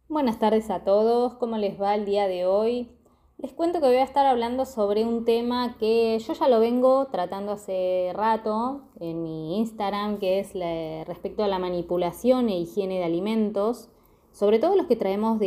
Buenas tardes a todos, ¿cómo les va el día de hoy? Les cuento que voy a estar hablando sobre un tema que yo ya lo vengo tratando hace rato en mi Instagram, que es respecto a la manipulación e higiene de alimentos, sobre todo los que traemos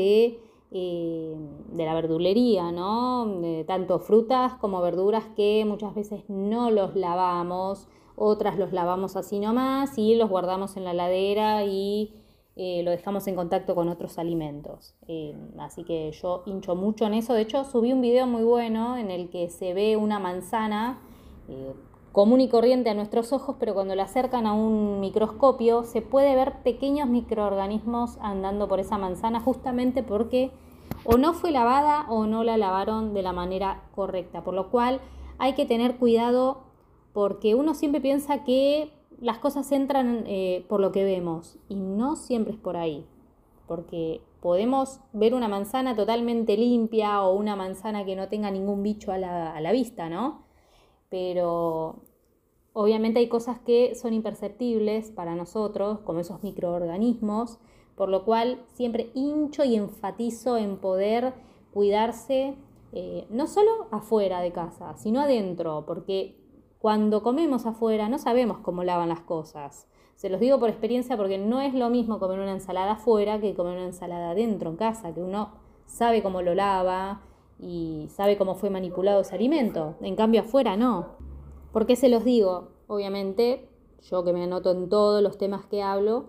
de la verdulería, ¿no? Tanto frutas como verduras que muchas veces no los lavamos, otras los lavamos así nomás y los guardamos en la heladera y lo dejamos en contacto con otros alimentos. Así que yo hincho mucho en eso. De hecho, subí un video muy bueno en el que se ve una manzana eh, común y corriente a nuestros ojos, pero cuando la acercan a un microscopio se puede ver pequeños microorganismos andando por esa manzana justamente porque o no fue lavada o no la lavaron de la manera correcta. Por lo cual hay que tener cuidado porque uno siempre piensa que las cosas entran por lo que vemos y no siempre es por ahí, porque podemos ver una manzana totalmente limpia o una manzana que no tenga ningún bicho a la vista, ¿no? Pero obviamente hay cosas que son imperceptibles para nosotros, como esos microorganismos, por lo cual siempre hincho y enfatizo en poder cuidarse no solo afuera de casa, sino adentro, porque cuando comemos afuera no sabemos cómo lavan las cosas. Se los digo por experiencia porque no es lo mismo comer una ensalada afuera que comer una ensalada adentro en casa, que uno sabe cómo lo lava y sabe cómo fue manipulado ese alimento. En cambio afuera no. ¿Por qué se los digo? Obviamente, yo que me anoto en todos los temas que hablo,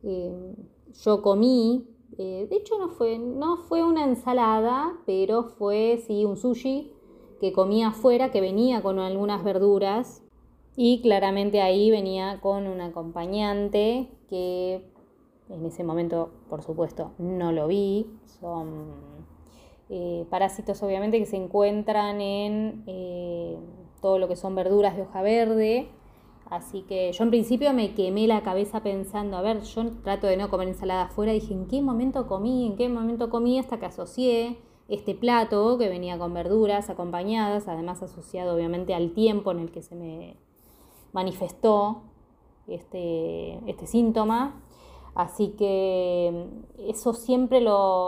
yo comí, de hecho no fue una ensalada, pero fue sí un sushi que comí afuera, que venía con algunas verduras y claramente ahí venía con un acompañante que en ese momento, por supuesto, no lo vi. Son parásitos obviamente que se encuentran en todo lo que son verduras de hoja verde. Así que yo en principio me quemé la cabeza pensando, a ver, yo trato de no comer ensalada afuera. Dije, ¿en qué momento comí? ¿En qué momento comí? Hasta que asocié este plato que venía con verduras acompañadas, además asociado obviamente al tiempo en el que se me manifestó este síntoma. Así que eso siempre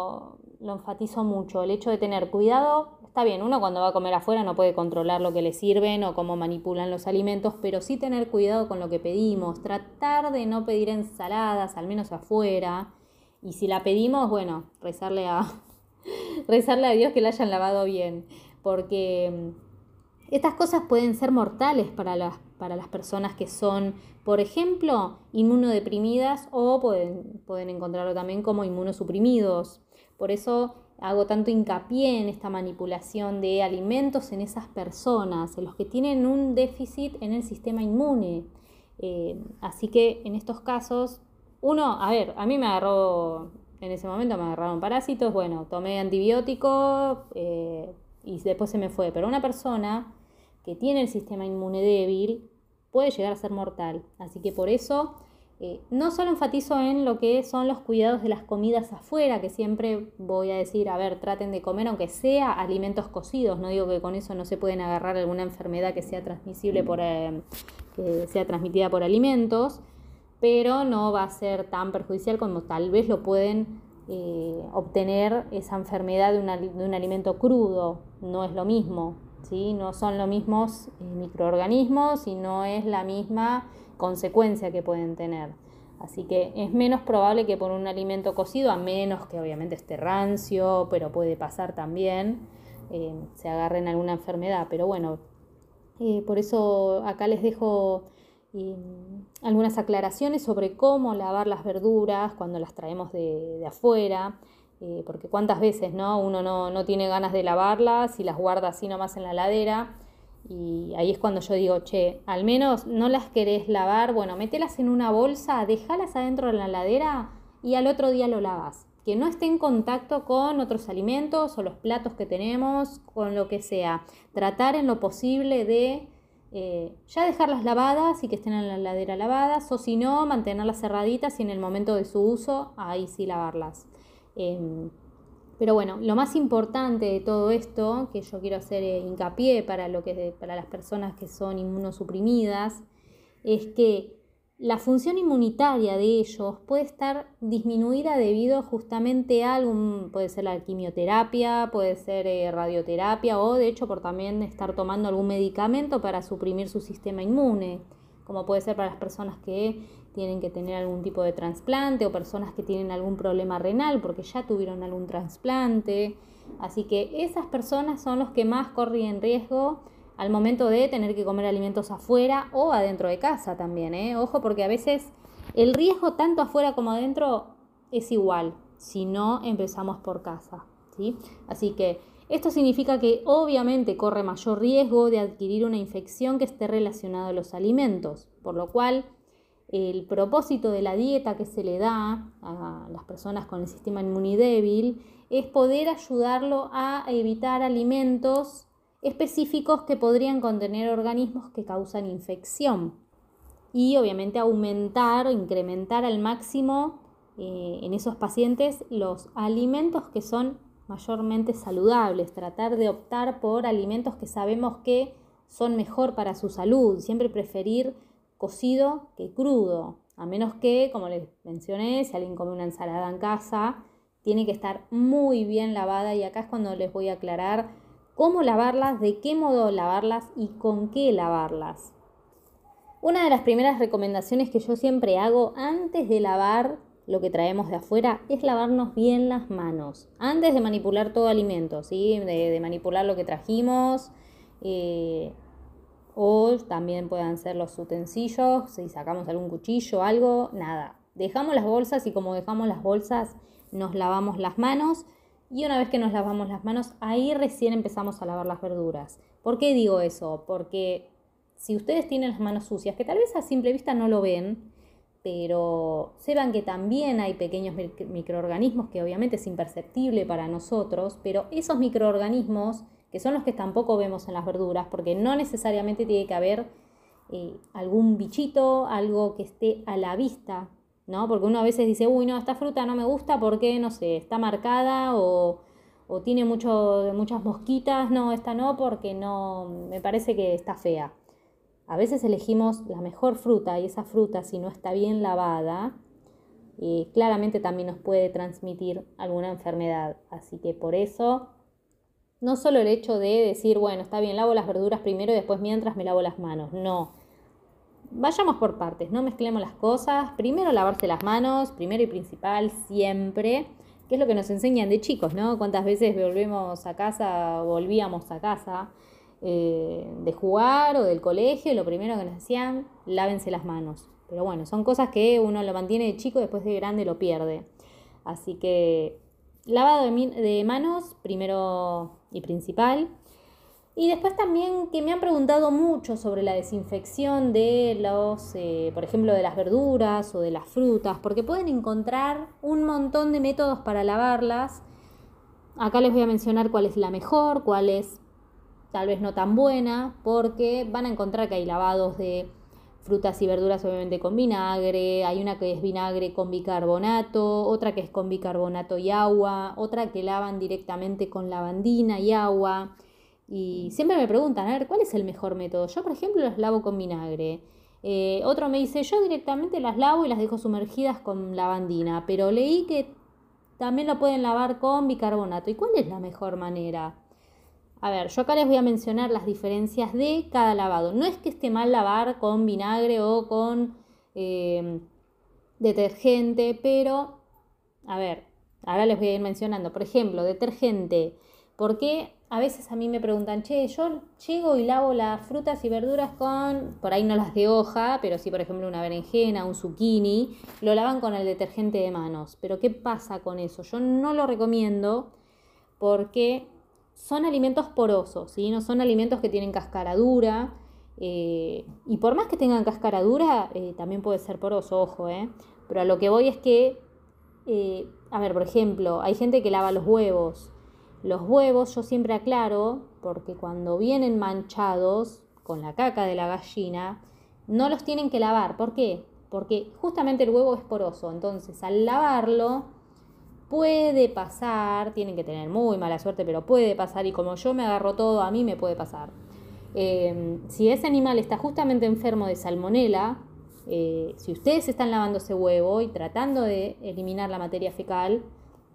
lo enfatizo mucho, el hecho de tener cuidado. Está bien, uno cuando va a comer afuera no puede controlar lo que le sirven o cómo manipulan los alimentos, pero sí tener cuidado con lo que pedimos, tratar de no pedir ensaladas, al menos afuera, y si la pedimos, bueno, rezarle a Dios que la hayan lavado bien, porque estas cosas pueden ser mortales para las personas que son, por ejemplo, inmunodeprimidas o pueden encontrarlo también como inmunosuprimidos. Por eso hago tanto hincapié en esta manipulación de alimentos en esas personas, en los que tienen un déficit en el sistema inmune. Así que en estos casos, a mí me agarró, en ese momento me agarraron parásitos, bueno, tomé antibiótico y después se me fue. Pero una persona que tiene el sistema inmune débil puede llegar a ser mortal. Así que por eso no solo enfatizo en lo que son los cuidados de las comidas afuera, que siempre voy a decir, a ver, traten de comer aunque sea alimentos cocidos. No digo que con eso no se pueden agarrar alguna enfermedad que sea transmisible que sea transmitida por alimentos, pero no va a ser tan perjudicial como tal vez lo pueden obtener esa enfermedad de un alimento crudo. No es lo mismo, ¿sí? No son los mismos microorganismos y no es la misma consecuencia que pueden tener. Así que es menos probable que por un alimento cocido, a menos que obviamente esté rancio, pero puede pasar también, se agarren alguna enfermedad. Pero bueno, por eso acá les dejo algunas aclaraciones sobre cómo lavar las verduras cuando las traemos de afuera, porque cuántas veces ¿no? Uno no tiene ganas de lavarlas y las guarda así nomás en la heladera, y ahí es cuando yo digo, che, al menos no las querés lavar, bueno, mételas en una bolsa, dejalas adentro de la heladera y al otro día lo lavas. Que no esté en contacto con otros alimentos o los platos que tenemos, con lo que sea. Tratar en lo posible de ya dejarlas lavadas y que estén en la heladera lavadas, o si no, mantenerlas cerraditas y en el momento de su uso, ahí sí lavarlas. Pero bueno, lo más importante de todo esto, que yo quiero hacer hincapié para las personas que son inmunosuprimidas, es que la función inmunitaria de ellos puede estar disminuida debido justamente a puede ser la quimioterapia, puede ser radioterapia o de hecho por también estar tomando algún medicamento para suprimir su sistema inmune, como puede ser para las personas que tienen que tener algún tipo de trasplante o personas que tienen algún problema renal porque ya tuvieron algún trasplante. Así que esas personas son los que más corren riesgo al momento de tener que comer alimentos afuera o adentro de casa también, ¿eh? Ojo, porque a veces el riesgo tanto afuera como adentro es igual si no empezamos por casa, ¿sí? Así que esto significa que obviamente corre mayor riesgo de adquirir una infección que esté relacionada a los alimentos, por lo cual el propósito de la dieta que se le da a las personas con el sistema inmune débil es poder ayudarlo a evitar alimentos específicos que podrían contener organismos que causan infección y obviamente aumentar o incrementar al máximo en esos pacientes los alimentos que son mayormente saludables, tratar de optar por alimentos que sabemos que son mejor para su salud, siempre preferir cocido que crudo, a menos que, como les mencioné, si alguien come una ensalada en casa, tiene que estar muy bien lavada y acá es cuando les voy a aclarar cómo lavarlas, de qué modo lavarlas y con qué lavarlas. Una de las primeras recomendaciones que yo siempre hago antes de lavar lo que traemos de afuera es lavarnos bien las manos, antes de manipular todo alimento, ¿sí? de manipular lo que trajimos, o también puedan ser los utensilios, si sacamos algún cuchillo o algo, nada. Dejamos las bolsas y como dejamos las bolsas nos lavamos las manos y una vez que nos lavamos las manos ahí recién empezamos a lavar las verduras. ¿Por qué digo eso? Porque si ustedes tienen las manos sucias, que tal vez a simple vista no lo ven, pero sepan que también hay pequeños microorganismos que obviamente es imperceptible para nosotros, pero esos microorganismos que son los que tampoco vemos en las verduras, porque no necesariamente tiene que haber algún bichito, algo que esté a la vista, ¿no? Porque uno a veces dice, uy, no, esta fruta no me gusta porque, no sé, está marcada o tiene muchas mosquitas, no, esta no, porque no, me parece que está fea. A veces elegimos la mejor fruta y esa fruta, si no está bien lavada, claramente también nos puede transmitir alguna enfermedad. Así que por eso, no solo el hecho de decir, bueno, está bien, lavo las verduras primero y después mientras me lavo las manos. No, vayamos por partes, no mezclemos las cosas. Primero lavarse las manos, primero y principal siempre, que es lo que nos enseñan de chicos, ¿no? Cuántas veces volvíamos a casa de jugar o del colegio y lo primero que nos decían, lávense las manos. Pero bueno, son cosas que uno lo mantiene de chico y después de grande lo pierde. Así que lavado de manos, primero y principal. Y después también que me han preguntado mucho sobre la desinfección de por ejemplo, de las verduras o de las frutas, porque pueden encontrar un montón de métodos para lavarlas. Acá les voy a mencionar cuál es la mejor, cuál es tal vez no tan buena, porque van a encontrar que hay lavados de frutas y verduras obviamente con vinagre, hay una que es vinagre con bicarbonato, otra que es con bicarbonato y agua, otra que lavan directamente con lavandina y agua. Y siempre me preguntan, a ver, ¿cuál es el mejor método? Yo, por ejemplo, las lavo con vinagre. Otro me dice, yo directamente las lavo y las dejo sumergidas con lavandina, pero leí que también lo pueden lavar con bicarbonato. ¿Y cuál es la mejor manera? A ver, yo acá les voy a mencionar las diferencias de cada lavado. No es que esté mal lavar con vinagre o con detergente, pero, a ver, ahora les voy a ir mencionando. Por ejemplo, detergente. ¿Por qué a veces a mí me preguntan, che, yo llego y lavo las frutas y verduras con, por ahí no las de hoja, pero sí, por ejemplo, una berenjena, un zucchini, lo lavan con el detergente de manos. Pero ¿qué pasa con eso? Yo no lo recomiendo porque son alimentos porosos, ¿sí? No son alimentos que tienen cáscara dura. Y por más que tengan cáscara dura, también puede ser poroso, ojo, Pero a lo que voy es que, a ver, por ejemplo, hay gente que lava los huevos. Los huevos yo siempre aclaro, porque cuando vienen manchados con la caca de la gallina, no los tienen que lavar. ¿Por qué? Porque justamente el huevo es poroso, entonces al lavarlo puede pasar, tienen que tener muy mala suerte, pero puede pasar, y como yo me agarro todo, a mí me puede pasar. Si ese animal está justamente enfermo de salmonela, Si ustedes están lavando ese huevo y tratando de eliminar la materia fecal,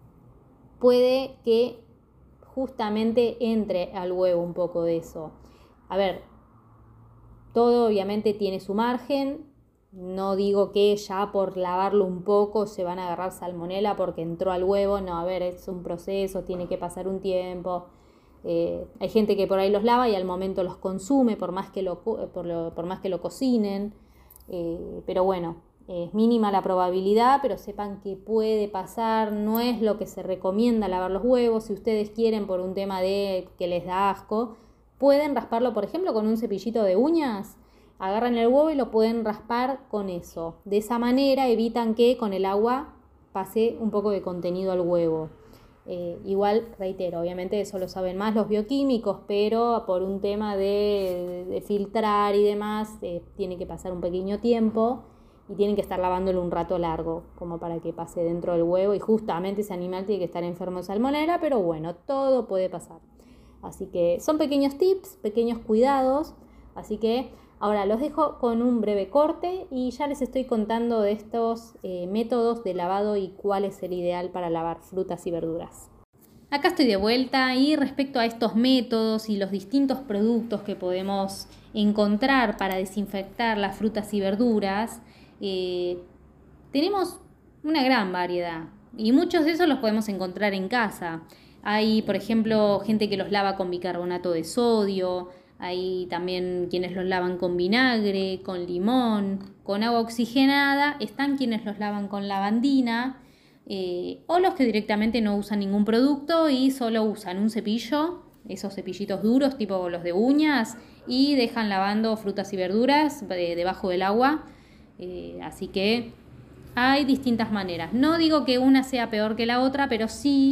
puede que justamente entre al huevo un poco de eso. A ver, todo obviamente tiene su margen. No digo que ya por lavarlo un poco se van a agarrar salmonela porque entró al huevo. No, a ver, es un proceso, tiene que pasar un tiempo. Hay gente que por ahí los lava y al momento los consume por más que lo cocinen. Pero bueno, es mínima la probabilidad, pero sepan que puede pasar. No es lo que se recomienda lavar los huevos. Si ustedes quieren, por un tema de que les da asco, pueden rasparlo, por ejemplo, con un cepillito de uñas. Agarran el huevo y lo pueden raspar con eso. De esa manera evitan que con el agua pase un poco de contenido al huevo. Igual, reitero, obviamente eso lo saben más los bioquímicos, pero por un tema de filtrar y demás, tiene que pasar un pequeño tiempo y tienen que estar lavándolo un rato largo, como para que pase dentro del huevo. Y justamente ese animal tiene que estar enfermo de salmonela, pero bueno, todo puede pasar. Así que son pequeños tips, pequeños cuidados. Así que ahora los dejo con un breve corte y ya les estoy contando de estos métodos de lavado y cuál es el ideal para lavar frutas y verduras. Acá estoy de vuelta y respecto a estos métodos y los distintos productos que podemos encontrar para desinfectar las frutas y verduras, tenemos una gran variedad y muchos de esos los podemos encontrar en casa. Hay, por ejemplo, gente que los lava con bicarbonato de sodio. Hay también quienes los lavan con vinagre, con limón, con agua oxigenada. Están quienes los lavan con lavandina o los que directamente no usan ningún producto y solo usan un cepillo, esos cepillitos duros tipo los de uñas, y dejan lavando frutas y verduras debajo del agua. Así que hay distintas maneras. No digo que una sea peor que la otra, pero sí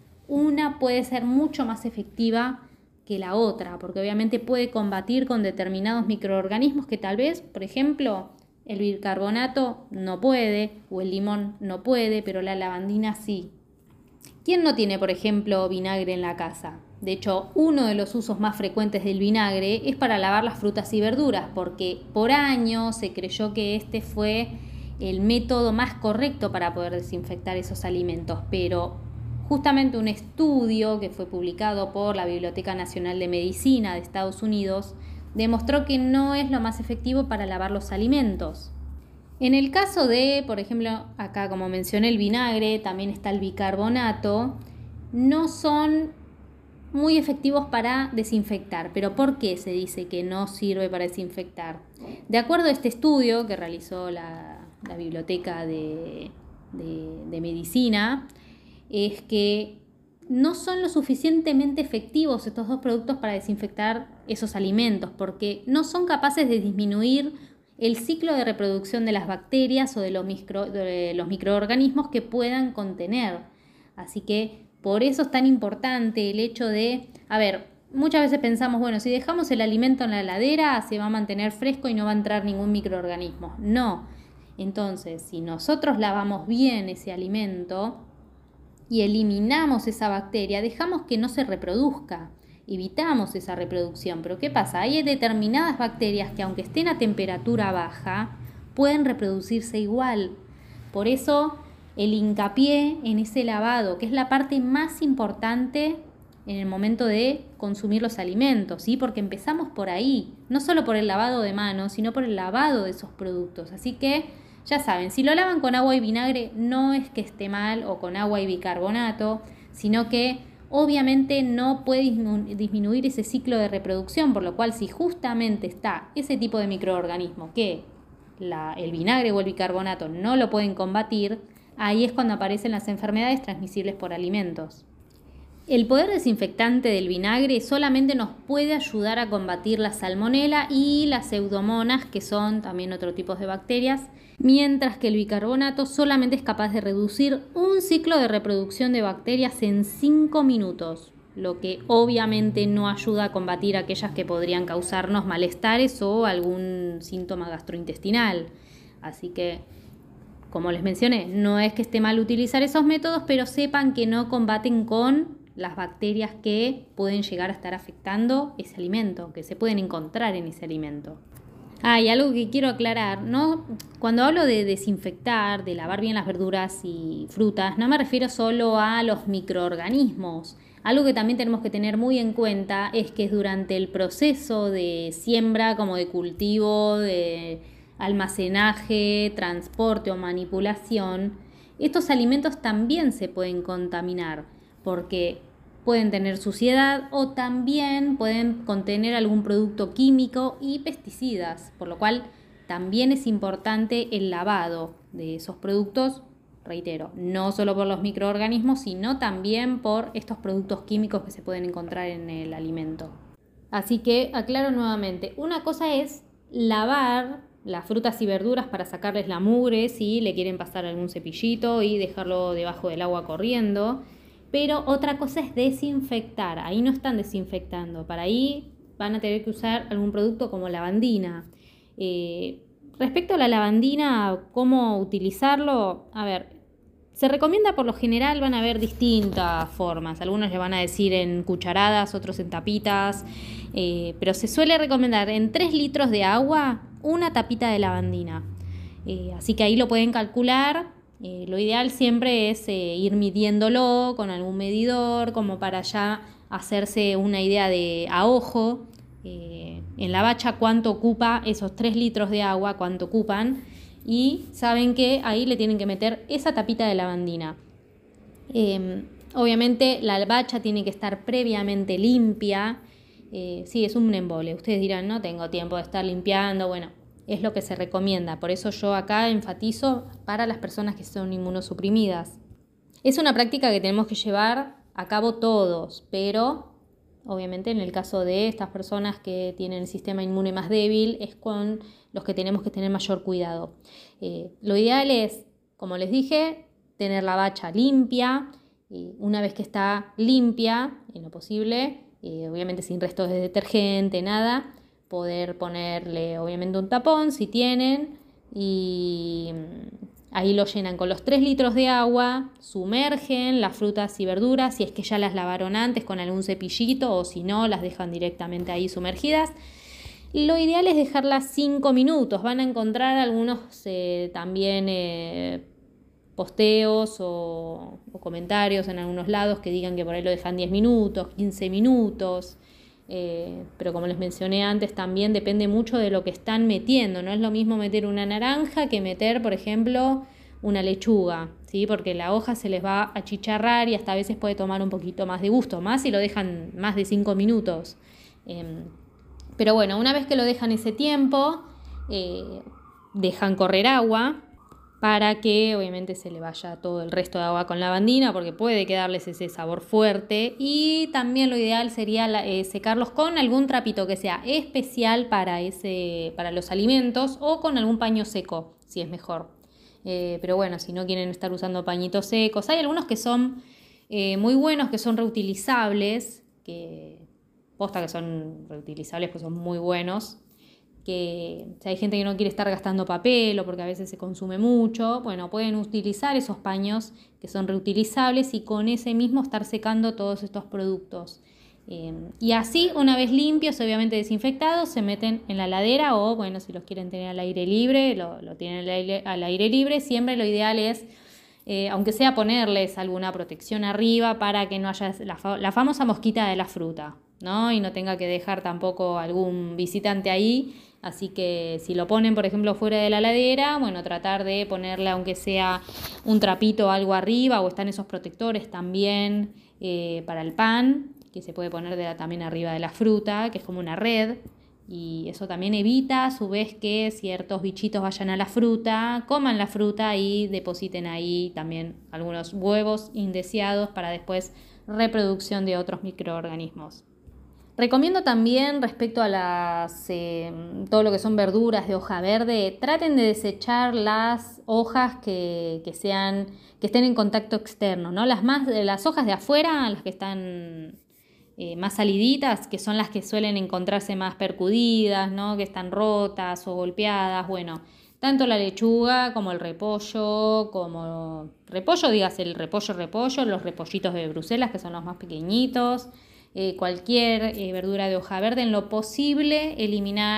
una puede ser mucho más efectiva que la otra, porque obviamente puede combatir con determinados microorganismos que tal vez, por ejemplo, el bicarbonato no puede o el limón no puede, pero la lavandina sí. ¿Quién no tiene, por ejemplo, vinagre en la casa? De hecho, uno de los usos más frecuentes del vinagre es para lavar las frutas y verduras, porque por años se creyó que este fue el método más correcto para poder desinfectar esos alimentos, pero justamente un estudio que fue publicado por la Biblioteca Nacional de Medicina de Estados Unidos demostró que no es lo más efectivo para lavar los alimentos. En el caso de, por ejemplo, acá como mencioné el vinagre, también está el bicarbonato, no son muy efectivos para desinfectar. ¿Pero por qué se dice que no sirve para desinfectar? De acuerdo a este estudio que realizó la Biblioteca de Medicina, es que no son lo suficientemente efectivos estos dos productos para desinfectar esos alimentos, porque no son capaces de disminuir el ciclo de reproducción de las bacterias o de los microorganismos que puedan contener. Así que por eso es tan importante el hecho de, muchas veces pensamos, bueno, si dejamos el alimento en la heladera se va a mantener fresco y no va a entrar ningún microorganismo. No. Entonces, si nosotros lavamos bien ese alimento y eliminamos esa bacteria, dejamos que no se reproduzca, evitamos esa reproducción. Pero ¿qué pasa? Hay determinadas bacterias que aunque estén a temperatura baja, pueden reproducirse igual. Por eso el hincapié en ese lavado, que es la parte más importante en el momento de consumir los alimentos, ¿sí? Porque empezamos por ahí, no solo por el lavado de manos, sino por el lavado de esos productos. Así que ya saben, si lo lavan con agua y vinagre no es que esté mal, o con agua y bicarbonato, sino que obviamente no puede disminuir ese ciclo de reproducción, por lo cual si justamente está ese tipo de microorganismo que el vinagre o el bicarbonato no lo pueden combatir, ahí es cuando aparecen las enfermedades transmisibles por alimentos. El poder desinfectante del vinagre solamente nos puede ayudar a combatir la salmonela y las pseudomonas, que son también otro tipo de bacterias, mientras que el bicarbonato solamente es capaz de reducir un ciclo de reproducción de bacterias en 5 minutos, lo que obviamente no ayuda a combatir aquellas que podrían causarnos malestares o algún síntoma gastrointestinal. Así que, como les mencioné, no es que esté mal utilizar esos métodos, pero sepan que no combaten con las bacterias que pueden llegar a estar afectando ese alimento, que se pueden encontrar en ese alimento. Y algo que quiero aclarar, ¿no? Cuando hablo de desinfectar, de lavar bien las verduras y frutas, no me refiero solo a los microorganismos. Algo que también tenemos que tener muy en cuenta es que durante el proceso de siembra, como de cultivo, de almacenaje, transporte o manipulación, estos alimentos también se pueden contaminar porque pueden tener suciedad o también pueden contener algún producto químico y pesticidas, por lo cual también es importante el lavado de esos productos, reitero, no solo por los microorganismos, sino también por estos productos químicos que se pueden encontrar en el alimento. Así que aclaro nuevamente, una cosa es lavar las frutas y verduras para sacarles la mugre si le quieren pasar algún cepillito y dejarlo debajo del agua corriendo. Pero otra cosa es desinfectar, ahí no están desinfectando, para ahí van a tener que usar algún producto como lavandina. Respecto a la lavandina, cómo utilizarlo, a ver, se recomienda por lo general, van a haber distintas formas, algunos le van a decir en cucharadas, otros en tapitas, pero se suele recomendar en 3 litros de agua una tapita de lavandina. Así que ahí lo pueden calcular. Lo ideal siempre es ir midiéndolo con algún medidor, como para ya hacerse una idea a ojo, en la bacha cuánto ocupa esos 3 litros de agua, cuánto ocupan, y saben que ahí le tienen que meter esa tapita de lavandina. Obviamente la bacha tiene que estar previamente limpia. Sí, es un embole. Ustedes dirán, no tengo tiempo de estar limpiando. Bueno, es lo que se recomienda. Por eso yo acá enfatizo para las personas que son inmunosuprimidas. Es una práctica que tenemos que llevar a cabo todos, pero obviamente en el caso de estas personas que tienen el sistema inmune más débil es con los que tenemos que tener mayor cuidado. Lo ideal es, como les dije, tener la bacha limpia. Una vez que está limpia, en lo posible, obviamente sin restos de detergente, nada, poder ponerle obviamente un tapón si tienen y ahí lo llenan con los 3 litros de agua, sumergen las frutas y verduras si es que ya las lavaron antes con algún cepillito o si no las dejan directamente ahí sumergidas. Lo ideal es dejarlas 5 minutos, van a encontrar algunos también posteos o comentarios en algunos lados que digan que por ahí lo dejan 10 minutos, 15 minutos. Pero como les mencioné antes, también depende mucho de lo que están metiendo. No es lo mismo meter una naranja que meter, por ejemplo, una lechuga, ¿sí? Porque la hoja se les va a achicharrar y hasta a veces puede tomar un poquito más de gusto, más si lo dejan más de 5 minutos. Pero bueno, una vez que lo dejan ese tiempo, dejan correr agua para que obviamente se le vaya todo el resto de agua con lavandina, porque puede quedarles ese sabor fuerte. Y también lo ideal sería secarlos con algún trapito que sea especial para los alimentos o con algún paño seco, si es mejor. Pero bueno, si no quieren estar usando pañitos secos, hay algunos que son muy buenos, que son reutilizables, que son reutilizables, pues son muy buenos. Que si hay gente que no quiere estar gastando papel o porque a veces se consume mucho, bueno, pueden utilizar esos paños que son reutilizables y con ese mismo estar secando todos estos productos. Y así, una vez limpios, obviamente desinfectados, se meten en la heladera o, bueno, si los quieren tener al aire libre, lo tienen al aire libre. Siempre lo ideal es, aunque sea ponerles alguna protección arriba para que no haya la famosa mosquita de la fruta, ¿no? Y no tenga que dejar tampoco algún visitante ahí. Así que si lo ponen, por ejemplo, fuera de la heladera, bueno, tratar de ponerle aunque sea un trapito o algo arriba, o están esos protectores también para el pan, que se puede poner también arriba de la fruta, que es como una red, y eso también evita a su vez que ciertos bichitos vayan a la fruta, coman la fruta y depositen ahí también algunos huevos indeseados para después reproducción de otros microorganismos. Recomiendo también respecto a todo lo que son verduras de hoja verde, traten de desechar las hojas que estén en contacto externo, ¿no? Las hojas de afuera, las que están más saliditas, que son las que suelen encontrarse más percudidas, ¿no? Que están rotas o golpeadas. Bueno, tanto la lechuga como el repollo, dígase el repollo, los repollitos de Bruselas, que son los más pequeñitos. Cualquier verdura de hoja verde, en lo posible eliminar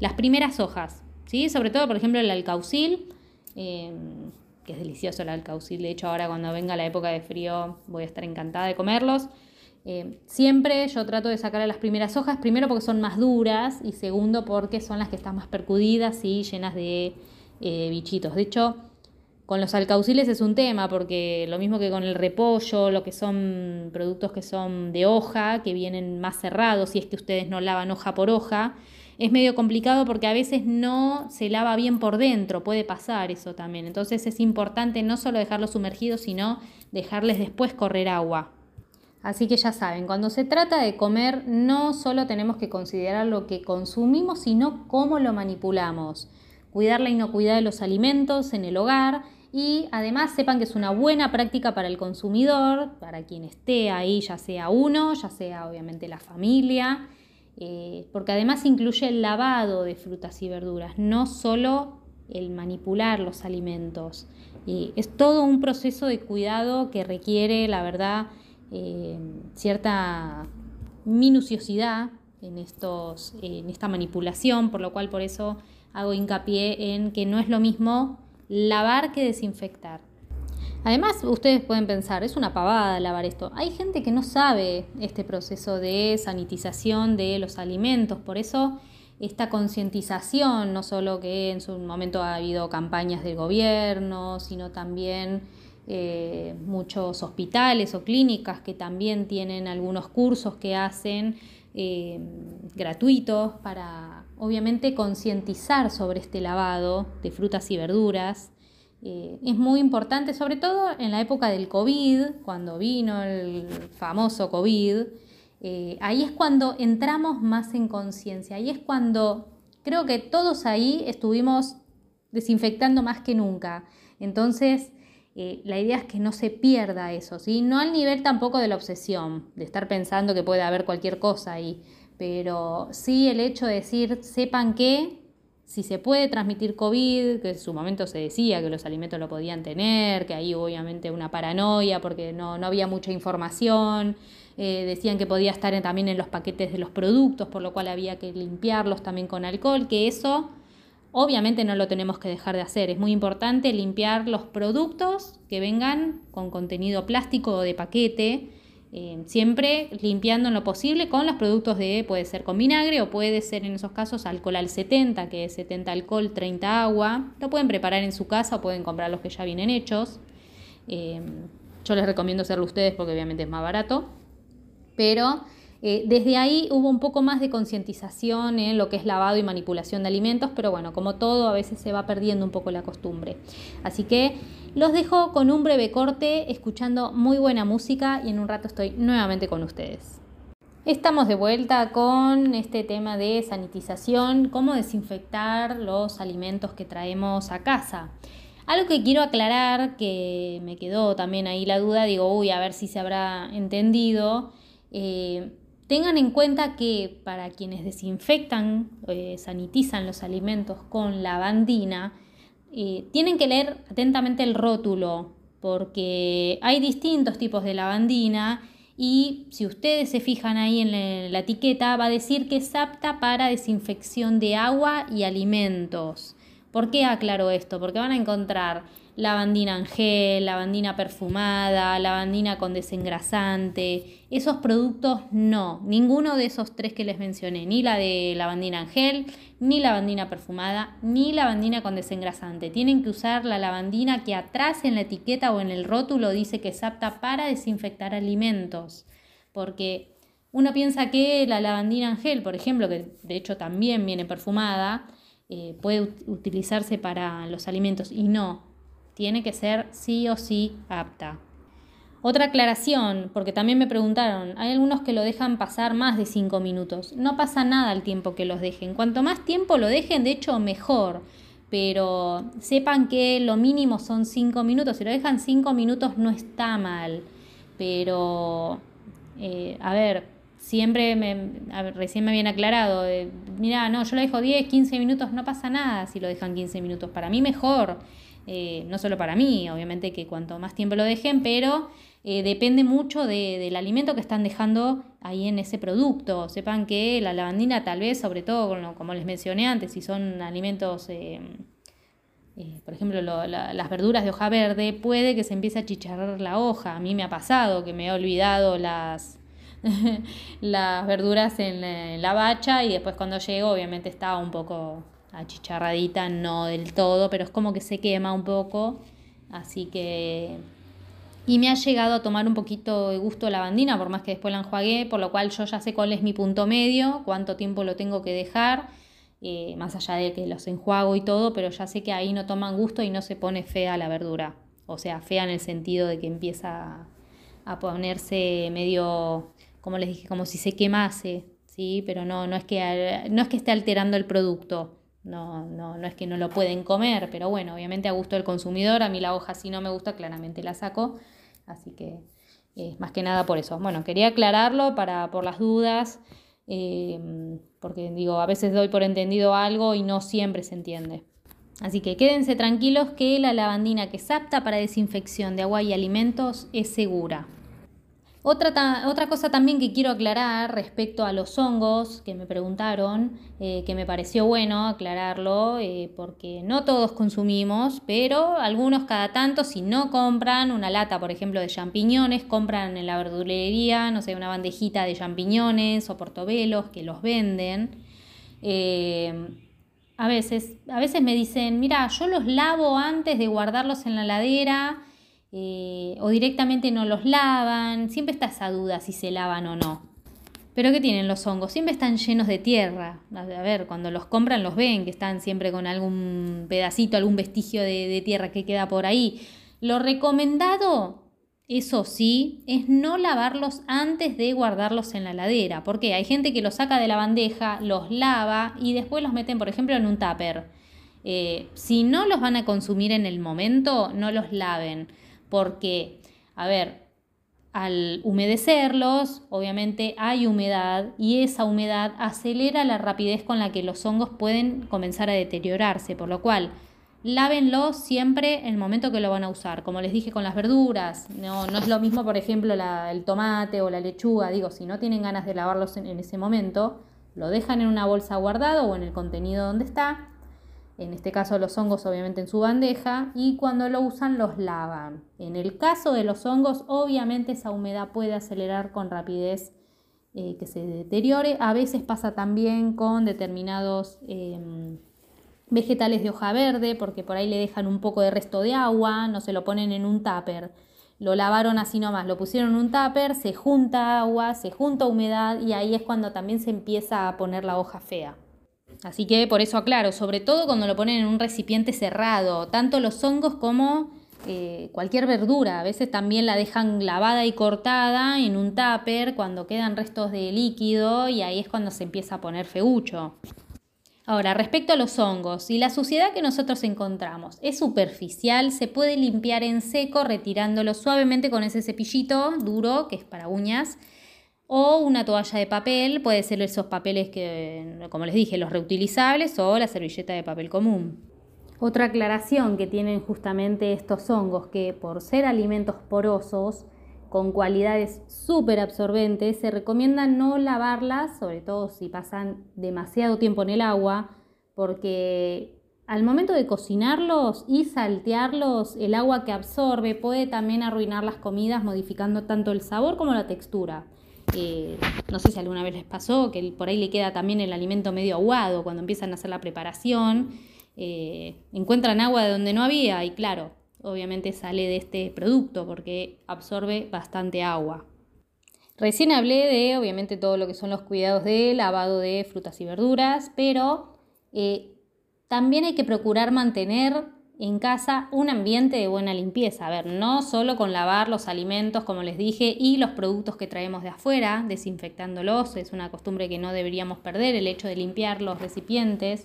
las primeras hojas, ¿sí? Sobre todo, por ejemplo, el alcaucil, que es delicioso el alcaucil. De hecho, ahora cuando venga la época de frío voy a estar encantada de comerlos. Siempre yo trato de sacar las primeras hojas, primero porque son más duras y segundo porque son las que están más percudidas y llenas de bichitos. De hecho, con los alcauciles es un tema porque lo mismo que con el repollo, lo que son productos que son de hoja, que vienen más cerrados, si es que ustedes no lavan hoja por hoja, es medio complicado porque a veces no se lava bien por dentro, puede pasar eso también. Entonces es importante no solo dejarlos sumergidos, sino dejarles después correr agua. Así que ya saben, cuando se trata de comer no solo tenemos que considerar lo que consumimos, sino cómo lo manipulamos. Cuidar la inocuidad de los alimentos en el hogar y además sepan que es una buena práctica para el consumidor, para quien esté ahí, ya sea uno, ya sea obviamente la familia, porque además incluye el lavado de frutas y verduras, no solo el manipular los alimentos. Es todo un proceso de cuidado que requiere, la verdad, cierta minuciosidad en esta manipulación, por lo cual por eso hago hincapié en que no es lo mismo lavar que desinfectar. Además, ustedes pueden pensar, es una pavada lavar esto. Hay gente que no sabe este proceso de sanitización de los alimentos, por eso esta concientización, no solo que en su momento ha habido campañas del gobierno, sino también muchos hospitales o clínicas que también tienen algunos cursos que hacen gratuitos para obviamente concientizar sobre este lavado de frutas y verduras. Es muy importante, sobre todo en la época del COVID, cuando vino el famoso COVID, ahí es cuando entramos más en conciencia, ahí es cuando creo que todos ahí estuvimos desinfectando más que nunca. Entonces, la idea es que no se pierda eso, ¿sí? No al nivel tampoco de la obsesión, de estar pensando que puede haber cualquier cosa ahí, pero sí el hecho de decir, sepan que si se puede transmitir COVID, que en su momento se decía que los alimentos lo podían tener, que ahí obviamente una paranoia porque no había mucha información, decían que podía estar también en los paquetes de los productos, por lo cual había que limpiarlos también con alcohol, que eso obviamente no lo tenemos que dejar de hacer. Es muy importante limpiar los productos que vengan con contenido plástico o de paquete, siempre limpiando en lo posible con los productos puede ser con vinagre o puede ser en esos casos alcohol al 70, que es 70 alcohol, 30 agua. Lo pueden preparar en su casa o pueden comprar los que ya vienen hechos. Yo les recomiendo hacerlo ustedes porque obviamente es más barato, pero desde ahí hubo un poco más de concientización en lo que es lavado y manipulación de alimentos, pero bueno, como todo, a veces se va perdiendo un poco la costumbre. Así que los dejo con un breve corte, escuchando muy buena música y en un rato estoy nuevamente con ustedes. Estamos de vuelta con este tema de sanitización, cómo desinfectar los alimentos que traemos a casa. Algo que quiero aclarar, que me quedó también ahí la duda, digo, a ver si se habrá entendido. Tengan en cuenta que para quienes desinfectan, sanitizan los alimentos con lavandina, tienen que leer atentamente el rótulo, porque hay distintos tipos de lavandina y si ustedes se fijan ahí en la etiqueta va a decir que es apta para desinfección de agua y alimentos. ¿Por qué aclaro esto? Porque van a encontrar lavandina en gel, lavandina perfumada, lavandina con desengrasante. Esos productos no, ninguno de esos tres que les mencioné, ni la de lavandina en gel, ni lavandina perfumada, ni lavandina con desengrasante. Tienen que usar la lavandina que atrás en la etiqueta o en el rótulo dice que es apta para desinfectar alimentos. Porque uno piensa que la lavandina en gel, por ejemplo, que de hecho también viene perfumada, puede utilizarse para los alimentos y no, tiene que ser sí o sí apta. Otra aclaración, porque también me preguntaron, hay algunos que lo dejan pasar más de 5 minutos. No pasa nada el tiempo que los dejen. Cuanto más tiempo lo dejen, de hecho, mejor. Pero sepan que lo mínimo son 5 minutos. Si lo dejan 5 minutos no está mal. Pero, recién me habían aclarado, mira, no, yo lo dejo 10, 15 minutos, no pasa nada si lo dejan 15 minutos. Para mí mejor. No solo para mí, obviamente que cuanto más tiempo lo dejen, pero depende mucho del alimento que están dejando ahí en ese producto. Sepan que la lavandina tal vez, sobre todo como les mencioné antes, si son alimentos, por ejemplo las verduras de hoja verde, puede que se empiece a chicharrar la hoja. A mí me ha pasado que me he olvidado las verduras en la bacha y después cuando llego obviamente está un poco achicharradita, no del todo, pero es como que se quema un poco, así que... Y me ha llegado a tomar un poquito de gusto lavandina, por más que después la enjuagué, por lo cual yo ya sé cuál es mi punto medio, cuánto tiempo lo tengo que dejar, más allá de que los enjuago y todo, pero ya sé que ahí no toman gusto y no se pone fea la verdura. O sea, fea en el sentido de que empieza a ponerse medio, como les dije, como si se quemase, ¿sí? Pero no es que esté alterando el producto. No es que no lo pueden comer, pero bueno, obviamente a gusto del consumidor. A mí la hoja si no me gusta, claramente la saco, así que más que nada por eso. Bueno, quería aclararlo por las dudas, porque digo, a veces doy por entendido algo y no siempre se entiende. Así que quédense tranquilos que la lavandina que es apta para desinfección de agua y alimentos es segura. Otra cosa también que quiero aclarar respecto a los hongos que me preguntaron, que me pareció bueno aclararlo, porque no todos consumimos, pero algunos cada tanto, si no compran una lata, por ejemplo, de champiñones, compran en la verdulería, no sé, una bandejita de champiñones o portobelos que los venden. A veces me dicen, mira, yo los lavo antes de guardarlos en la heladera. O directamente no los lavan, siempre está esa duda si se lavan o no. Pero ¿qué tienen los hongos? Siempre están llenos de tierra. A ver, cuando los compran los ven, que están siempre con algún pedacito, algún vestigio de tierra que queda por ahí. Lo recomendado, eso sí, es no lavarlos antes de guardarlos en la heladera. ¿Por qué? Hay gente que los saca de la bandeja, los lava y después los meten, por ejemplo, en un tupper. Si no los van a consumir en el momento, no los laven. Porque, a ver, al humedecerlos, obviamente hay humedad y esa humedad acelera la rapidez con la que los hongos pueden comenzar a deteriorarse, por lo cual lávenlos siempre en el momento que lo van a usar. Como les dije con las verduras, no es lo mismo, por ejemplo, el tomate o la lechuga. Digo, si no tienen ganas de lavarlos en ese momento, lo dejan en una bolsa guardado o en el contenido donde está. En este caso los hongos obviamente en su bandeja y cuando lo usan los lavan. En el caso de los hongos obviamente esa humedad puede acelerar con rapidez que se deteriore. A veces pasa también con determinados vegetales de hoja verde porque por ahí le dejan un poco de resto de agua, no se lo ponen en un tupper. Lo lavaron así nomás, lo pusieron en un tupper, se junta agua, se junta humedad y ahí es cuando también se empieza a poner la hoja fea. Así que por eso aclaro, sobre todo cuando lo ponen en un recipiente cerrado, tanto los hongos como cualquier verdura. A veces también la dejan lavada y cortada en un tupper cuando quedan restos de líquido y ahí es cuando se empieza a poner feucho. Ahora, respecto a los hongos, si la suciedad que nosotros encontramos es superficial, se puede limpiar en seco retirándolo suavemente con ese cepillito duro que es para uñas. O una toalla de papel, puede ser esos papeles que, como les dije, los reutilizables o la servilleta de papel común. Otra aclaración que tienen justamente estos hongos, que por ser alimentos porosos, con cualidades súper absorbentes, se recomienda no lavarlas, sobre todo si pasan demasiado tiempo en el agua, porque al momento de cocinarlos y saltearlos, el agua que absorbe puede también arruinar las comidas, modificando tanto el sabor como la textura. No sé si alguna vez les pasó que por ahí le queda también el alimento medio aguado cuando empiezan a hacer la preparación, encuentran agua de donde no había y claro, obviamente sale de este producto porque absorbe bastante agua. Recién hablé de obviamente todo lo que son los cuidados de lavado de frutas y verduras, pero también hay que procurar mantener en casa un ambiente de buena limpieza. A ver, no solo con lavar los alimentos, como les dije, y los productos que traemos de afuera, desinfectándolos, es una costumbre que no deberíamos perder, el hecho de limpiar los recipientes.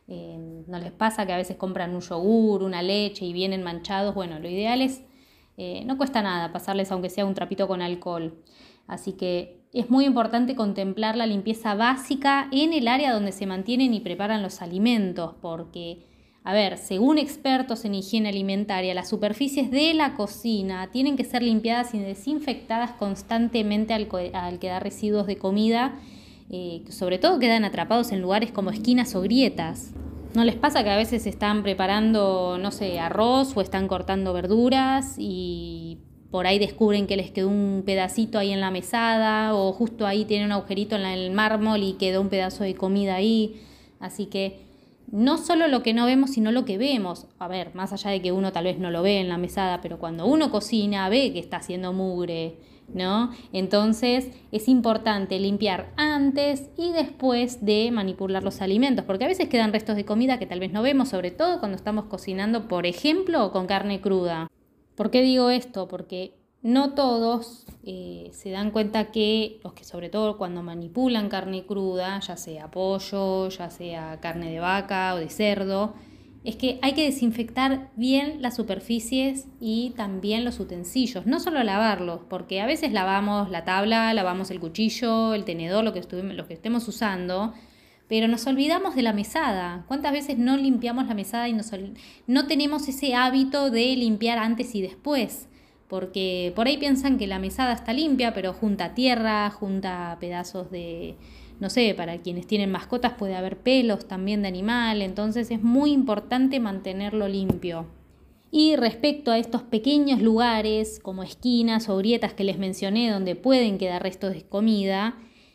¿No les pasa que a veces compran un yogur, una leche y vienen manchados? Bueno, lo ideal es, no cuesta nada pasarles aunque sea un trapito con alcohol. Así que es muy importante contemplar la limpieza básica en el área donde se mantienen y preparan los alimentos, porque A ver, según expertos en higiene alimentaria, las superficies de la cocina tienen que ser limpiadas y desinfectadas constantemente al quedar residuos de comida, que sobre todo quedan atrapados en lugares como esquinas o grietas. ¿No les pasa que a veces están preparando, no sé, arroz o están cortando verduras y por ahí descubren que les quedó un pedacito ahí en la mesada o justo ahí tiene un agujerito en el mármol y quedó un pedazo de comida ahí? Así que no solo lo que no vemos, sino lo que vemos. A ver, más allá de que uno tal vez no lo ve en la mesada, pero cuando uno cocina ve que está haciendo mugre, ¿no? Entonces es importante limpiar antes y después de manipular los alimentos, porque a veces quedan restos de comida que tal vez no vemos, sobre todo cuando estamos cocinando, por ejemplo, con carne cruda. ¿Por qué digo esto? Porque no todos se dan cuenta que los que sobre todo cuando manipulan carne cruda, ya sea pollo, ya sea carne de vaca o de cerdo, es que hay que desinfectar bien las superficies y también los utensilios, no solo lavarlos, porque a veces lavamos la tabla, lavamos el cuchillo, el tenedor, lo que estemos usando, pero nos olvidamos de la mesada. ¿Cuántas veces no limpiamos la mesada y no tenemos ese hábito de limpiar antes y después? Porque por ahí piensan que la mesada está limpia, pero junta tierra, junta pedazos de, no sé, para quienes tienen mascotas puede haber pelos también de animal, entonces es muy importante mantenerlo limpio. Y respecto a estos pequeños lugares como esquinas o grietas que les mencioné donde pueden quedar restos de comida,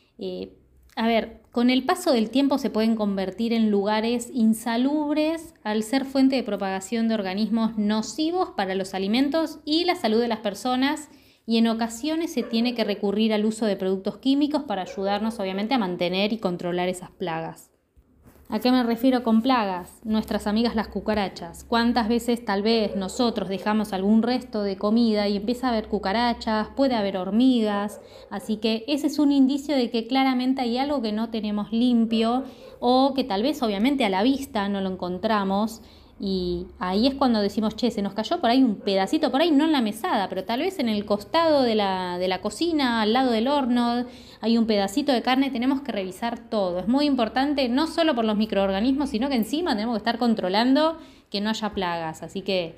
a ver, con el paso del tiempo se pueden convertir en lugares insalubres al ser fuente de propagación de organismos nocivos para los alimentos y la salud de las personas, y en ocasiones se tiene que recurrir al uso de productos químicos para ayudarnos obviamente a mantener y controlar esas plagas. ¿A qué me refiero con plagas? Nuestras amigas las cucarachas. ¿Cuántas veces tal vez nosotros dejamos algún resto de comida y empieza a haber cucarachas, puede haber hormigas? Así que ese es un indicio de que claramente hay algo que no tenemos limpio o que tal vez obviamente a la vista no lo encontramos. Y ahí es cuando decimos, che, se nos cayó por ahí un pedacito, por ahí no en la mesada, pero tal vez en el costado de la cocina, al lado del horno, hay un pedacito de carne. Tenemos que revisar todo. Es muy importante, no solo por los microorganismos, sino que encima tenemos que estar controlando que no haya plagas. Así que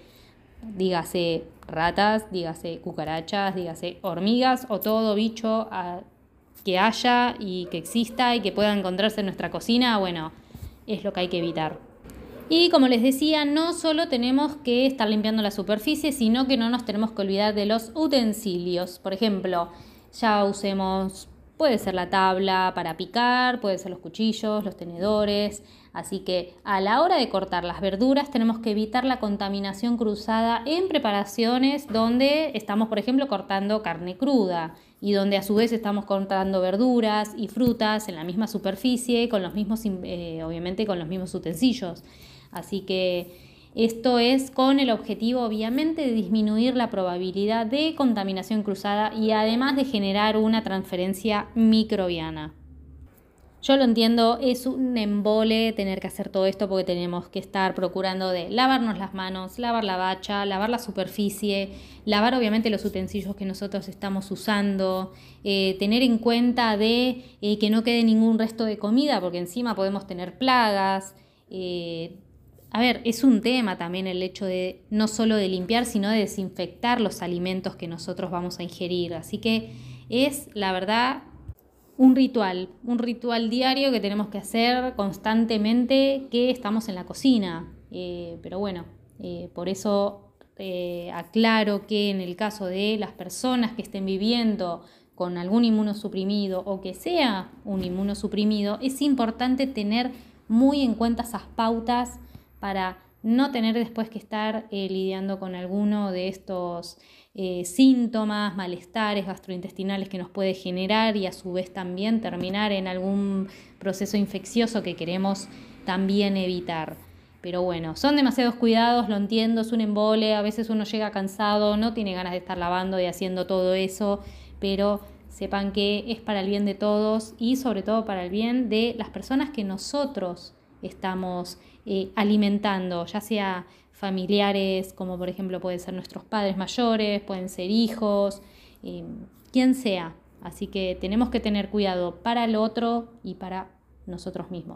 dígase ratas, dígase cucarachas, dígase hormigas o todo bicho que haya y que exista y que pueda encontrarse en nuestra cocina, bueno, es lo que hay que evitar. Y como les decía, no solo tenemos que estar limpiando la superficie, sino que no nos tenemos que olvidar de los utensilios. Por ejemplo, ya usemos, puede ser la tabla para picar, puede ser los cuchillos, los tenedores. Así que a la hora de cortar las verduras tenemos que evitar la contaminación cruzada en preparaciones donde estamos, por ejemplo, cortando carne cruda y donde a su vez estamos cortando verduras y frutas en la misma superficie, con los mismos, obviamente con los mismos utensilios. Así que esto es con el objetivo obviamente de disminuir la probabilidad de contaminación cruzada y además de generar una transferencia microbiana. Yo lo entiendo, es un embole tener que hacer todo esto porque tenemos que estar procurando de lavarnos las manos, lavar la bacha, lavar la superficie, lavar obviamente los utensilios que nosotros estamos usando, tener en cuenta de que no quede ningún resto de comida porque encima podemos tener plagas. A ver, es un tema también el hecho de no solo de limpiar, sino de desinfectar los alimentos que nosotros vamos a ingerir. Así que es, la verdad, un ritual diario que tenemos que hacer constantemente que estamos en la cocina. Pero bueno, por eso aclaro que en el caso de las personas que estén viviendo con algún inmunosuprimido o que sea un inmunosuprimido, es importante tener muy en cuenta esas pautas para no tener después que estar lidiando con alguno de estos síntomas, malestares gastrointestinales que nos puede generar y a su vez también terminar en algún proceso infeccioso que queremos también evitar. Pero bueno, son demasiados cuidados, lo entiendo, es un embole, a veces uno llega cansado, no tiene ganas de estar lavando y haciendo todo eso, pero sepan que es para el bien de todos y sobre todo para el bien de las personas que nosotros estamos alimentando, ya sea familiares, como por ejemplo pueden ser nuestros padres mayores, pueden ser hijos, quien sea. Así que tenemos que tener cuidado para el otro y para nosotros mismos.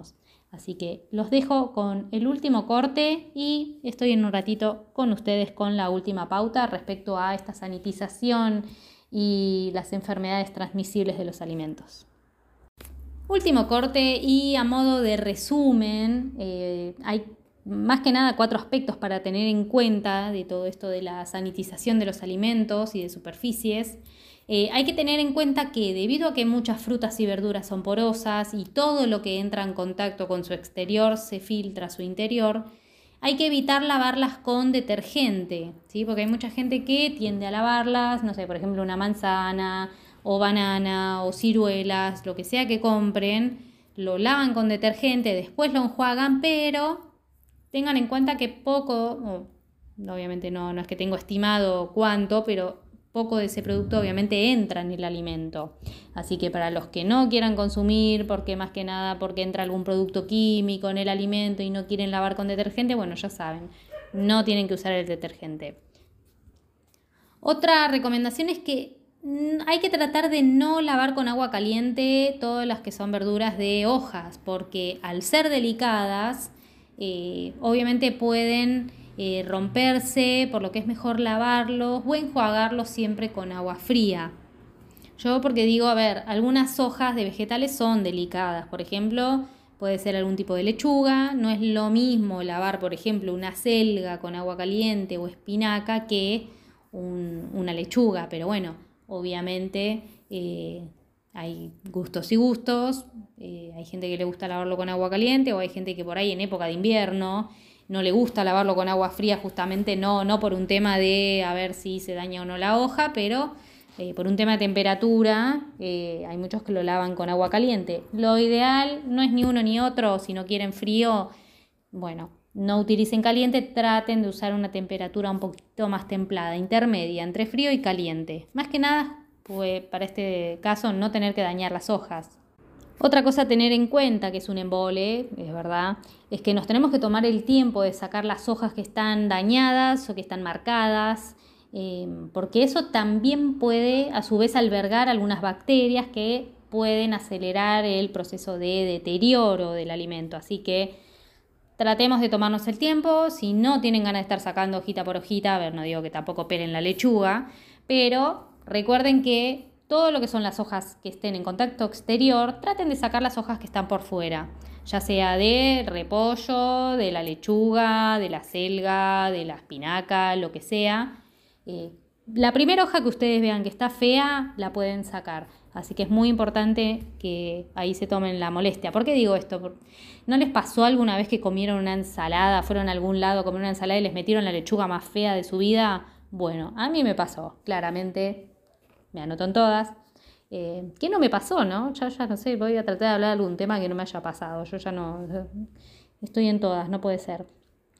Así que los dejo con el último corte y estoy en un ratito con ustedes con la última pauta respecto a esta sanitización y las enfermedades transmisibles de los alimentos. Último corte y a modo de resumen, hay más que nada 4 aspectos para tener en cuenta de todo esto de la sanitización de los alimentos y de superficies. Hay que tener en cuenta que debido a que muchas frutas y verduras son porosas y todo lo que entra en contacto con su exterior se filtra a su interior, hay que evitar lavarlas con detergente, ¿sí? Porque hay mucha gente que tiende a lavarlas, no sé, por ejemplo, una manzana o banana o ciruelas, lo que sea que compren, lo lavan con detergente, después lo enjuagan, pero tengan en cuenta que poco, obviamente no es que tengo estimado cuánto, pero poco de ese producto obviamente entra en el alimento. Así que para los que no quieran consumir, porque más que nada porque entra algún producto químico en el alimento y no quieren lavar con detergente, bueno, ya saben, no tienen que usar el detergente. Otra recomendación es que hay que tratar de no lavar con agua caliente todas las que son verduras de hojas, porque al ser delicadas, obviamente pueden romperse, por lo que es mejor lavarlos o enjuagarlos siempre con agua fría. Yo porque digo, a ver, algunas hojas de vegetales son delicadas, por ejemplo, puede ser algún tipo de lechuga, no es lo mismo lavar, por ejemplo, una selga con agua caliente o espinaca que una lechuga, pero bueno, obviamente hay gustos y gustos, hay gente que le gusta lavarlo con agua caliente o hay gente que por ahí en época de invierno no le gusta lavarlo con agua fría, justamente no por un tema de a ver si se daña o no la hoja, pero por un tema de temperatura, hay muchos que lo lavan con agua caliente. Lo ideal no es ni uno ni otro, si no quieren frío, bueno, no utilicen caliente, traten de usar una temperatura un poquito más templada, intermedia, entre frío y caliente. Más que nada, pues para este caso, no tener que dañar las hojas. Otra cosa a tener en cuenta, que es un embole, es verdad, es que nos tenemos que tomar el tiempo de sacar las hojas que están dañadas o que están marcadas, porque eso también puede a su vez albergar algunas bacterias que pueden acelerar el proceso de deterioro del alimento. Así que tratemos de tomarnos el tiempo. Si no tienen ganas de estar sacando hojita por hojita, a ver, no digo que tampoco pelen la lechuga, pero recuerden que todo lo que son las hojas que estén en contacto exterior, traten de sacar las hojas que están por fuera, ya sea de repollo, de la lechuga, de la selga, de la espinaca, lo que sea. La primera hoja que ustedes vean que está fea, la pueden sacar. Así que es muy importante que ahí se tomen la molestia. ¿Por qué digo esto? ¿No les pasó alguna vez que comieron una ensalada, fueron a algún lado a comer una ensalada y les metieron la lechuga más fea de su vida? Bueno, a mí me pasó, claramente. Me anoto en todas. ¿Qué no me pasó, no? Ya no sé, voy a tratar de hablar de algún tema que no me haya pasado. Yo ya no... Estoy en todas, no puede ser.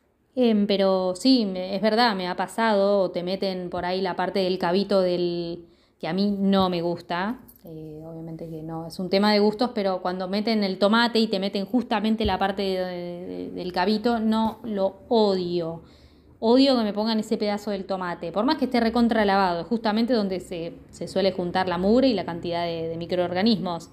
Pero sí, es verdad, me ha pasado, o te meten por ahí la parte del cabito que a mí no me gusta. Obviamente que no, es un tema de gustos, pero cuando meten el tomate y te meten justamente la parte del cabito, no, lo odio. Odio que me pongan ese pedazo del tomate, por más que esté recontra lavado, justamente donde se suele juntar la mugre y la cantidad de microorganismos.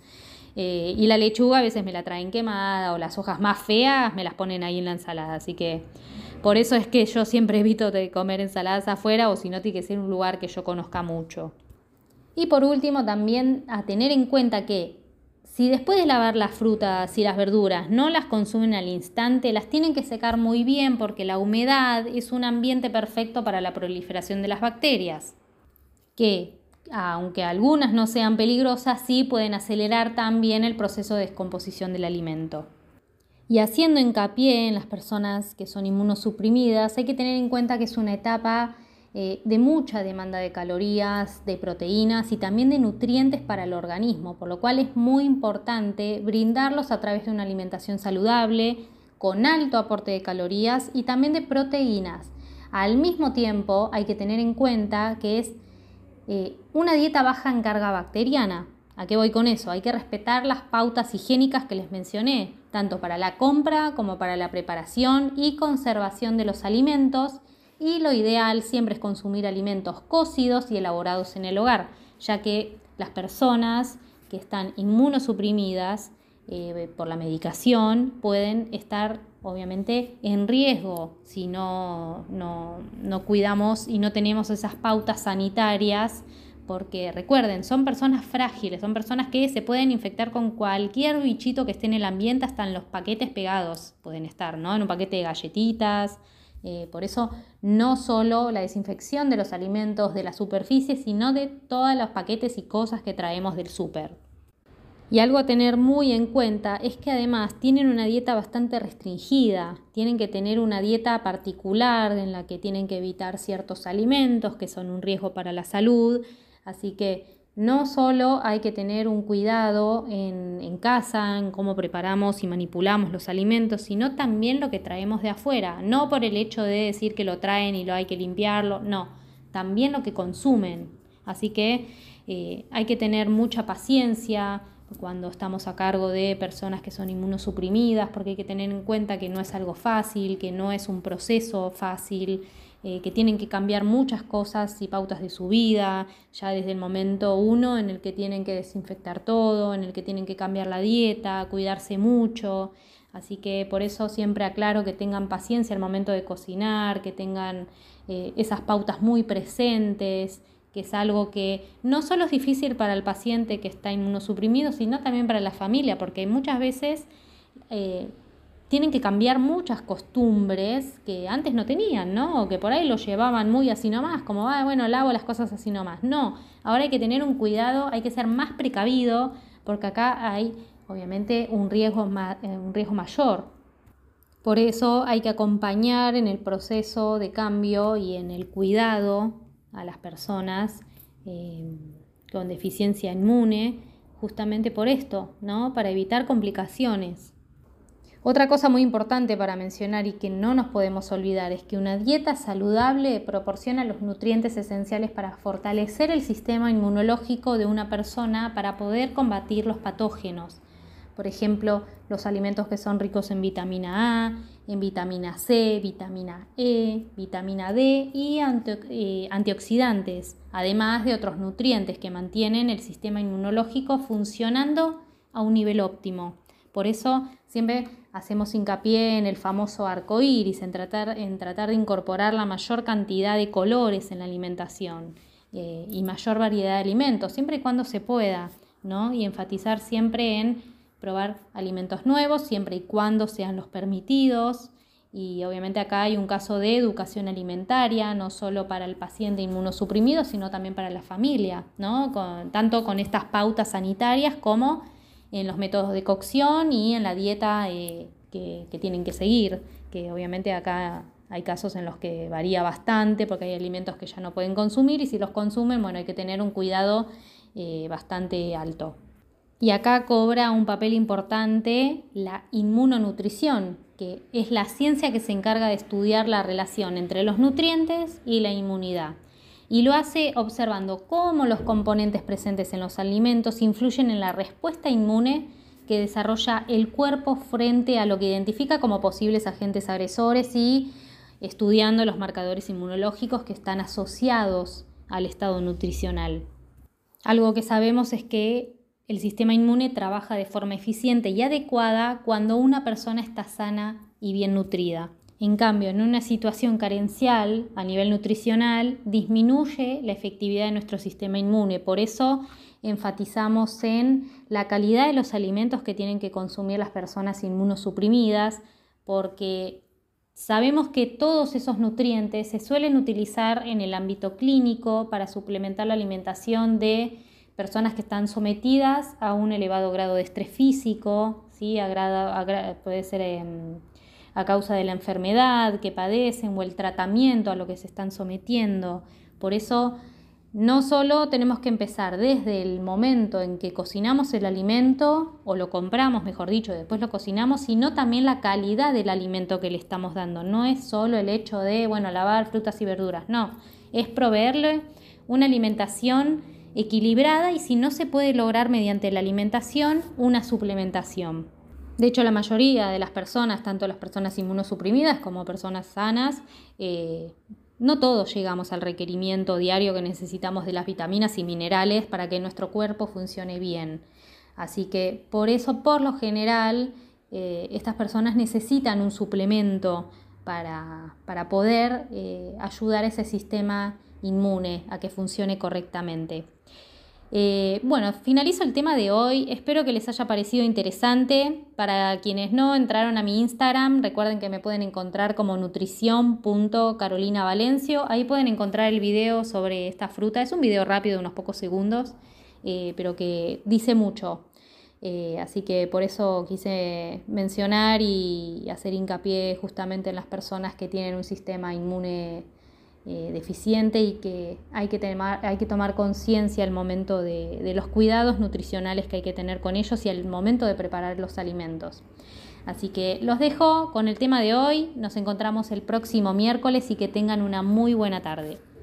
Y la lechuga a veces me la traen quemada o las hojas más feas me las ponen ahí en la ensalada. Así que por eso es que yo siempre evito de comer ensaladas afuera o si no tiene que ser un lugar que yo conozca mucho. Y por último también a tener en cuenta que si después de lavar las frutas y las verduras no las consumen al instante, las tienen que secar muy bien porque la humedad es un ambiente perfecto para la proliferación de las bacterias, que aunque algunas no sean peligrosas, sí pueden acelerar también el proceso de descomposición del alimento. Y haciendo hincapié en las personas que son inmunosuprimidas, hay que tener en cuenta que es una etapa de mucha demanda de calorías, de proteínas y también de nutrientes para el organismo, por lo cual es muy importante brindarlos a través de una alimentación saludable, con alto aporte de calorías y también de proteínas. Al mismo tiempo hay que tener en cuenta que es una dieta baja en carga bacteriana. ¿A qué voy con eso? Hay que respetar las pautas higiénicas que les mencioné, tanto para la compra como para la preparación y conservación de los alimentos. Y lo ideal siempre es consumir alimentos cocidos y elaborados en el hogar, ya que las personas que están inmunosuprimidas por la medicación, pueden estar obviamente en riesgo si no cuidamos y no tenemos esas pautas sanitarias, porque recuerden, son personas frágiles, son personas que se pueden infectar con cualquier bichito que esté en el ambiente, hasta en los paquetes pegados pueden estar, ¿no? En un paquete de galletitas. Por eso no solo la desinfección de los alimentos de la superficie, sino de todos los paquetes y cosas que traemos del súper. Y algo a tener muy en cuenta es que además tienen una dieta bastante restringida, tienen que tener una dieta particular en la que tienen que evitar ciertos alimentos que son un riesgo para la salud, así que no solo hay que tener un cuidado en casa, en cómo preparamos y manipulamos los alimentos, sino también lo que traemos de afuera, no por el hecho de decir que lo traen y lo hay que limpiarlo, no, también lo que consumen, así que hay que tener mucha paciencia cuando estamos a cargo de personas que son inmunosuprimidas, porque hay que tener en cuenta que no es algo fácil, que no es un proceso fácil, que tienen que cambiar muchas cosas y pautas de su vida, ya desde el momento uno en el que tienen que desinfectar todo, en el que tienen que cambiar la dieta, cuidarse mucho. Así que por eso siempre aclaro que tengan paciencia al momento de cocinar, que tengan esas pautas muy presentes, que es algo que no solo es difícil para el paciente que está inmunosuprimido, sino también para la familia, porque muchas veces tienen que cambiar muchas costumbres que antes no tenían, ¿no? O que por ahí lo llevaban muy así nomás, como, bueno, lavo las cosas así nomás. No, ahora hay que tener un cuidado, hay que ser más precavido, porque acá hay obviamente un riesgo mayor. Por eso hay que acompañar en el proceso de cambio y en el cuidado a las personas con deficiencia inmune, justamente por esto, ¿no? Para evitar complicaciones. Otra cosa muy importante para mencionar y que no nos podemos olvidar es que una dieta saludable proporciona los nutrientes esenciales para fortalecer el sistema inmunológico de una persona para poder combatir los patógenos. Por ejemplo, los alimentos que son ricos en vitamina A, en vitamina C, vitamina E, vitamina D y antioxidantes, además de otros nutrientes que mantienen el sistema inmunológico funcionando a un nivel óptimo. Por eso siempre hacemos hincapié en el famoso arco iris, en tratar de incorporar la mayor cantidad de colores en la alimentación y mayor variedad de alimentos, siempre y cuando se pueda, ¿no? Y enfatizar siempre en probar alimentos nuevos, siempre y cuando sean los permitidos. Y obviamente acá hay un caso de educación alimentaria, no solo para el paciente inmunosuprimido, sino también para la familia, ¿no? Tanto con estas pautas sanitarias como en los métodos de cocción y en la dieta que tienen que seguir, que obviamente acá hay casos en los que varía bastante porque hay alimentos que ya no pueden consumir y si los consumen, bueno, hay que tener un cuidado bastante alto. Y acá cobra un papel importante la inmunonutrición, que es la ciencia que se encarga de estudiar la relación entre los nutrientes y la inmunidad. Y lo hace observando cómo los componentes presentes en los alimentos influyen en la respuesta inmune que desarrolla el cuerpo frente a lo que identifica como posibles agentes agresores y estudiando los marcadores inmunológicos que están asociados al estado nutricional. Algo que sabemos es que el sistema inmune trabaja de forma eficiente y adecuada cuando una persona está sana y bien nutrida. En cambio, en una situación carencial a nivel nutricional, disminuye la efectividad de nuestro sistema inmune. Por eso enfatizamos en la calidad de los alimentos que tienen que consumir las personas inmunosuprimidas, porque sabemos que todos esos nutrientes se suelen utilizar en el ámbito clínico para suplementar la alimentación de personas que están sometidas a un elevado grado de estrés físico, ¿sí? Puede ser a causa de la enfermedad que padecen o el tratamiento a lo que se están sometiendo. Por eso no solo tenemos que empezar desde el momento en que cocinamos el alimento, o lo compramos, mejor dicho, después lo cocinamos, sino también la calidad del alimento que le estamos dando. No es solo el hecho de, lavar frutas y verduras, no, es proveerle una alimentación equilibrada y si no se puede lograr mediante la alimentación, una suplementación. De hecho, la mayoría de las personas, tanto las personas inmunosuprimidas como personas sanas, no todos llegamos al requerimiento diario que necesitamos de las vitaminas y minerales para que nuestro cuerpo funcione bien. Así que por eso, por lo general, estas personas necesitan un suplemento para poder ayudar a ese sistema inmune a que funcione correctamente. Bueno, finalizo el tema de hoy. Espero que les haya parecido interesante. Para quienes no entraron a mi Instagram, recuerden que me pueden encontrar como nutrición.carolinavalencio. Ahí pueden encontrar el video sobre esta fruta. Es un video rápido de unos pocos segundos, pero que dice mucho. Así que por eso quise mencionar y hacer hincapié justamente en las personas que tienen un sistema inmune deficiente y que hay que tomar conciencia al momento de los cuidados nutricionales que hay que tener con ellos y al momento de preparar los alimentos. Así que los dejo con el tema de hoy. Nos encontramos el próximo miércoles y que tengan una muy buena tarde.